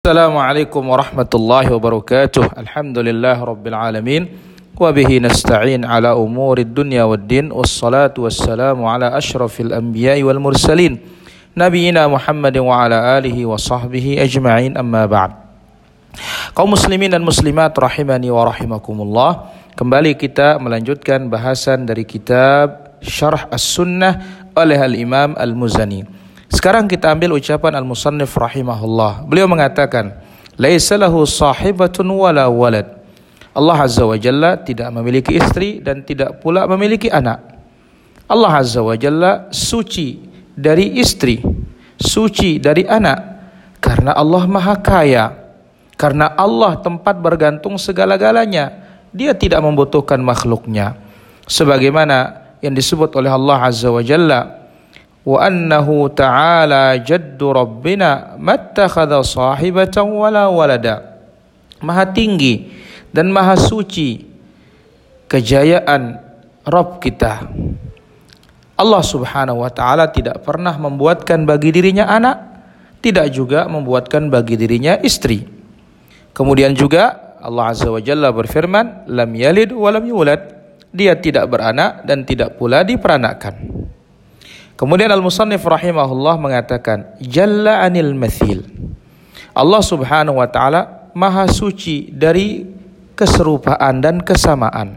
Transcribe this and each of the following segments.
Assalamualaikum warahmatullahi wabarakatuh. Alhamdulillah rabbil alamin wa bihi nasta'in ala umurid dunya waddin wassalatu wassalamu ala asyrafil anbiya'i wal mursalin nabiyina Muhammadin wa ala alihi wa sahbihi ajma'in, amma ba'd. Kaum muslimin dan muslimat rahimani wa rahimakumullah, kembali kita melanjutkan bahasan dari kitab Syarh As-Sunnah oleh Al-Imam Al-Muzani. Sekarang kita ambil ucapan al-musannif rahimahullah. Beliau mengatakan, laisa lahu sahibatun wala walad. Allah Azza wa Jalla tidak memiliki istri dan tidak pula memiliki anak. Allah Azza wa Jalla suci dari istri, suci dari anak, karena Allah Maha Kaya. Karena Allah tempat bergantung segala-galanya. Dia tidak membutuhkan makhluknya. Sebagaimana yang disebut oleh Allah Azza wa Jalla, wa annahu ta'ala jaddu rabbina mattakhadha sahibatan wala walada. Maha tinggi dan maha suci kejayaan Rabb kita. Allah Subhanahu wa ta'ala tidak pernah membuatkan bagi dirinya anak, tidak juga membuatkan bagi dirinya istri. Kemudian juga Allah Azza wa Jalla berfirman, lam yalid wa lam yulad. Dia tidak beranak dan tidak pula diperanakkan. Kemudian al-musannif rahimahullah mengatakan, Jalla anil mathil. Allah Subhanahu wa ta'ala maha suci dari keserupaan dan kesamaan.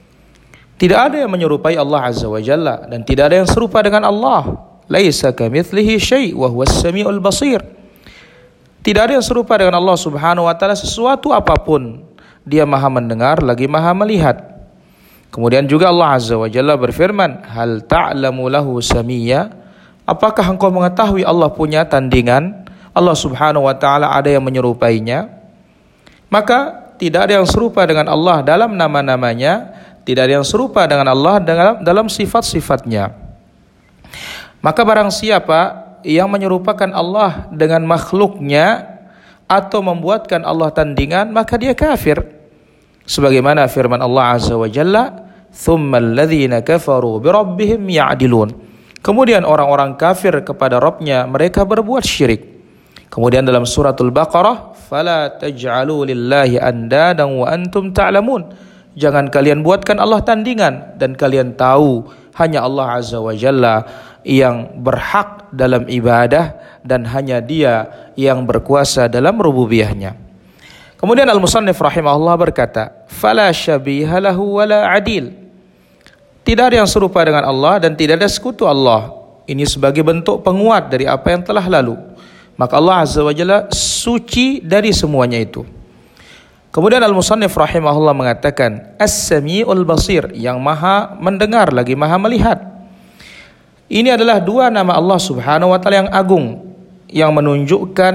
Tidak ada yang menyerupai Allah Azza wa Jalla dan tidak ada yang serupa dengan Allah. Laisa kamitslihi syai' wa huwas samiul basir. Tidak ada yang serupa dengan Allah Subhanahu wa ta'ala sesuatu apapun. Dia maha mendengar lagi maha melihat. Kemudian juga Allah Azza wa Jalla berfirman, hal ta'lamu lahu samiyya? Apakah engkau mengetahui Allah punya tandingan? Allah Subhanahu wa ta'ala ada yang menyerupainya? Maka tidak ada yang serupa dengan Allah dalam nama-namanya, tidak ada yang serupa dengan Allah dalam sifat-sifatnya. Maka barang siapa yang menyerupakan Allah dengan makhluknya atau membuatkan Allah tandingan, maka dia kafir. Sebagaimana firman Allah Azza wa Jalla, thumma alladhina kafaru birabbihim ya'dilun. Kemudian orang-orang kafir kepada Rabbnya mereka berbuat syirik. Kemudian dalam suratul Baqarah, fala taj'alu lillahi andadan wa antum ta'lamun. Jangan kalian buatkan Allah tandingan dan kalian tahu hanya Allah Azza wa Jalla yang berhak dalam ibadah dan hanya Dia yang berkuasa dalam rububiyahnya. Kemudian al-musannif rahimahullah berkata, fala syabiha lahu wala adil. Tidak ada yang serupa dengan Allah dan tidak ada sekutu Allah. Ini sebagai bentuk penguat dari apa yang telah lalu. Maka Allah Azza wa Jalla suci dari semuanya itu. Kemudian al-musannif rahimahullah mengatakan, as-sami'ul basir, yang maha mendengar lagi maha melihat. Ini adalah dua nama Allah Subhanahu wa ta'ala yang agung, yang menunjukkan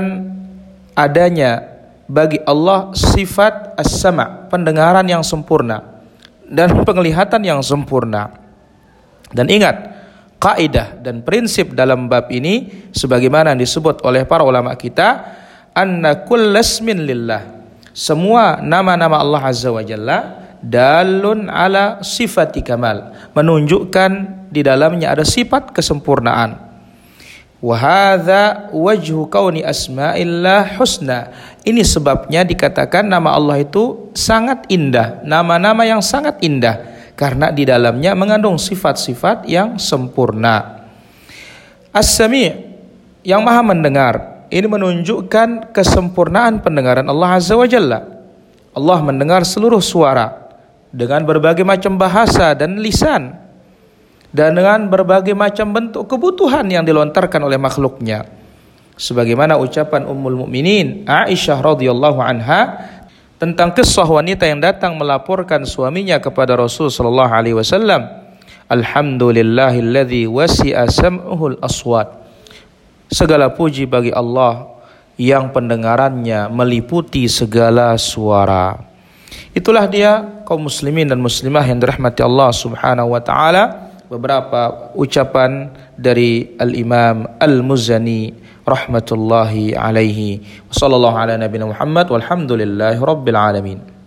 adanya bagi Allah sifat as-sama', pendengaran yang sempurna dan penglihatan yang sempurna. Dan ingat, kaidah dan prinsip dalam bab ini sebagaimana yang disebut oleh para ulama kita, anna kullasmin lillah. Semua nama-nama Allah Azza wa Jalla dalun ala sifati kamal, menunjukkan di dalamnya ada sifat kesempurnaan. Wa hadza wajhu kauni asma'illah husna. Ini sebabnya dikatakan nama Allah itu sangat indah, nama-nama yang sangat indah, karena di dalamnya mengandung sifat-sifat yang sempurna. As-Sami', yang maha mendengar, ini menunjukkan kesempurnaan pendengaran Allah Azza wa Jalla. Allah mendengar seluruh suara dengan berbagai macam bahasa dan lisan, dan dengan berbagai macam bentuk kebutuhan yang dilontarkan oleh makhluknya. Sebagaimana ucapan Ummul Mukminin Aisyah radhiyallahu anha tentang kisah wanita yang datang melaporkan suaminya kepada Rasul sallallahu alaihi wasallam, alhamdulillahilladzi wasi'a sam'uhul aswat. Segala puji bagi Allah yang pendengarannya meliputi segala suara. Itulah dia kaum muslimin dan muslimah yang dirahmati Allah Subhanahu wa taala, beberapa ucapan dari Al-Imam Al-Muzani rahmatullahi alaihi. Wassallallahu ala nabiyina Muhammad walhamdulillahi rabbil alamin.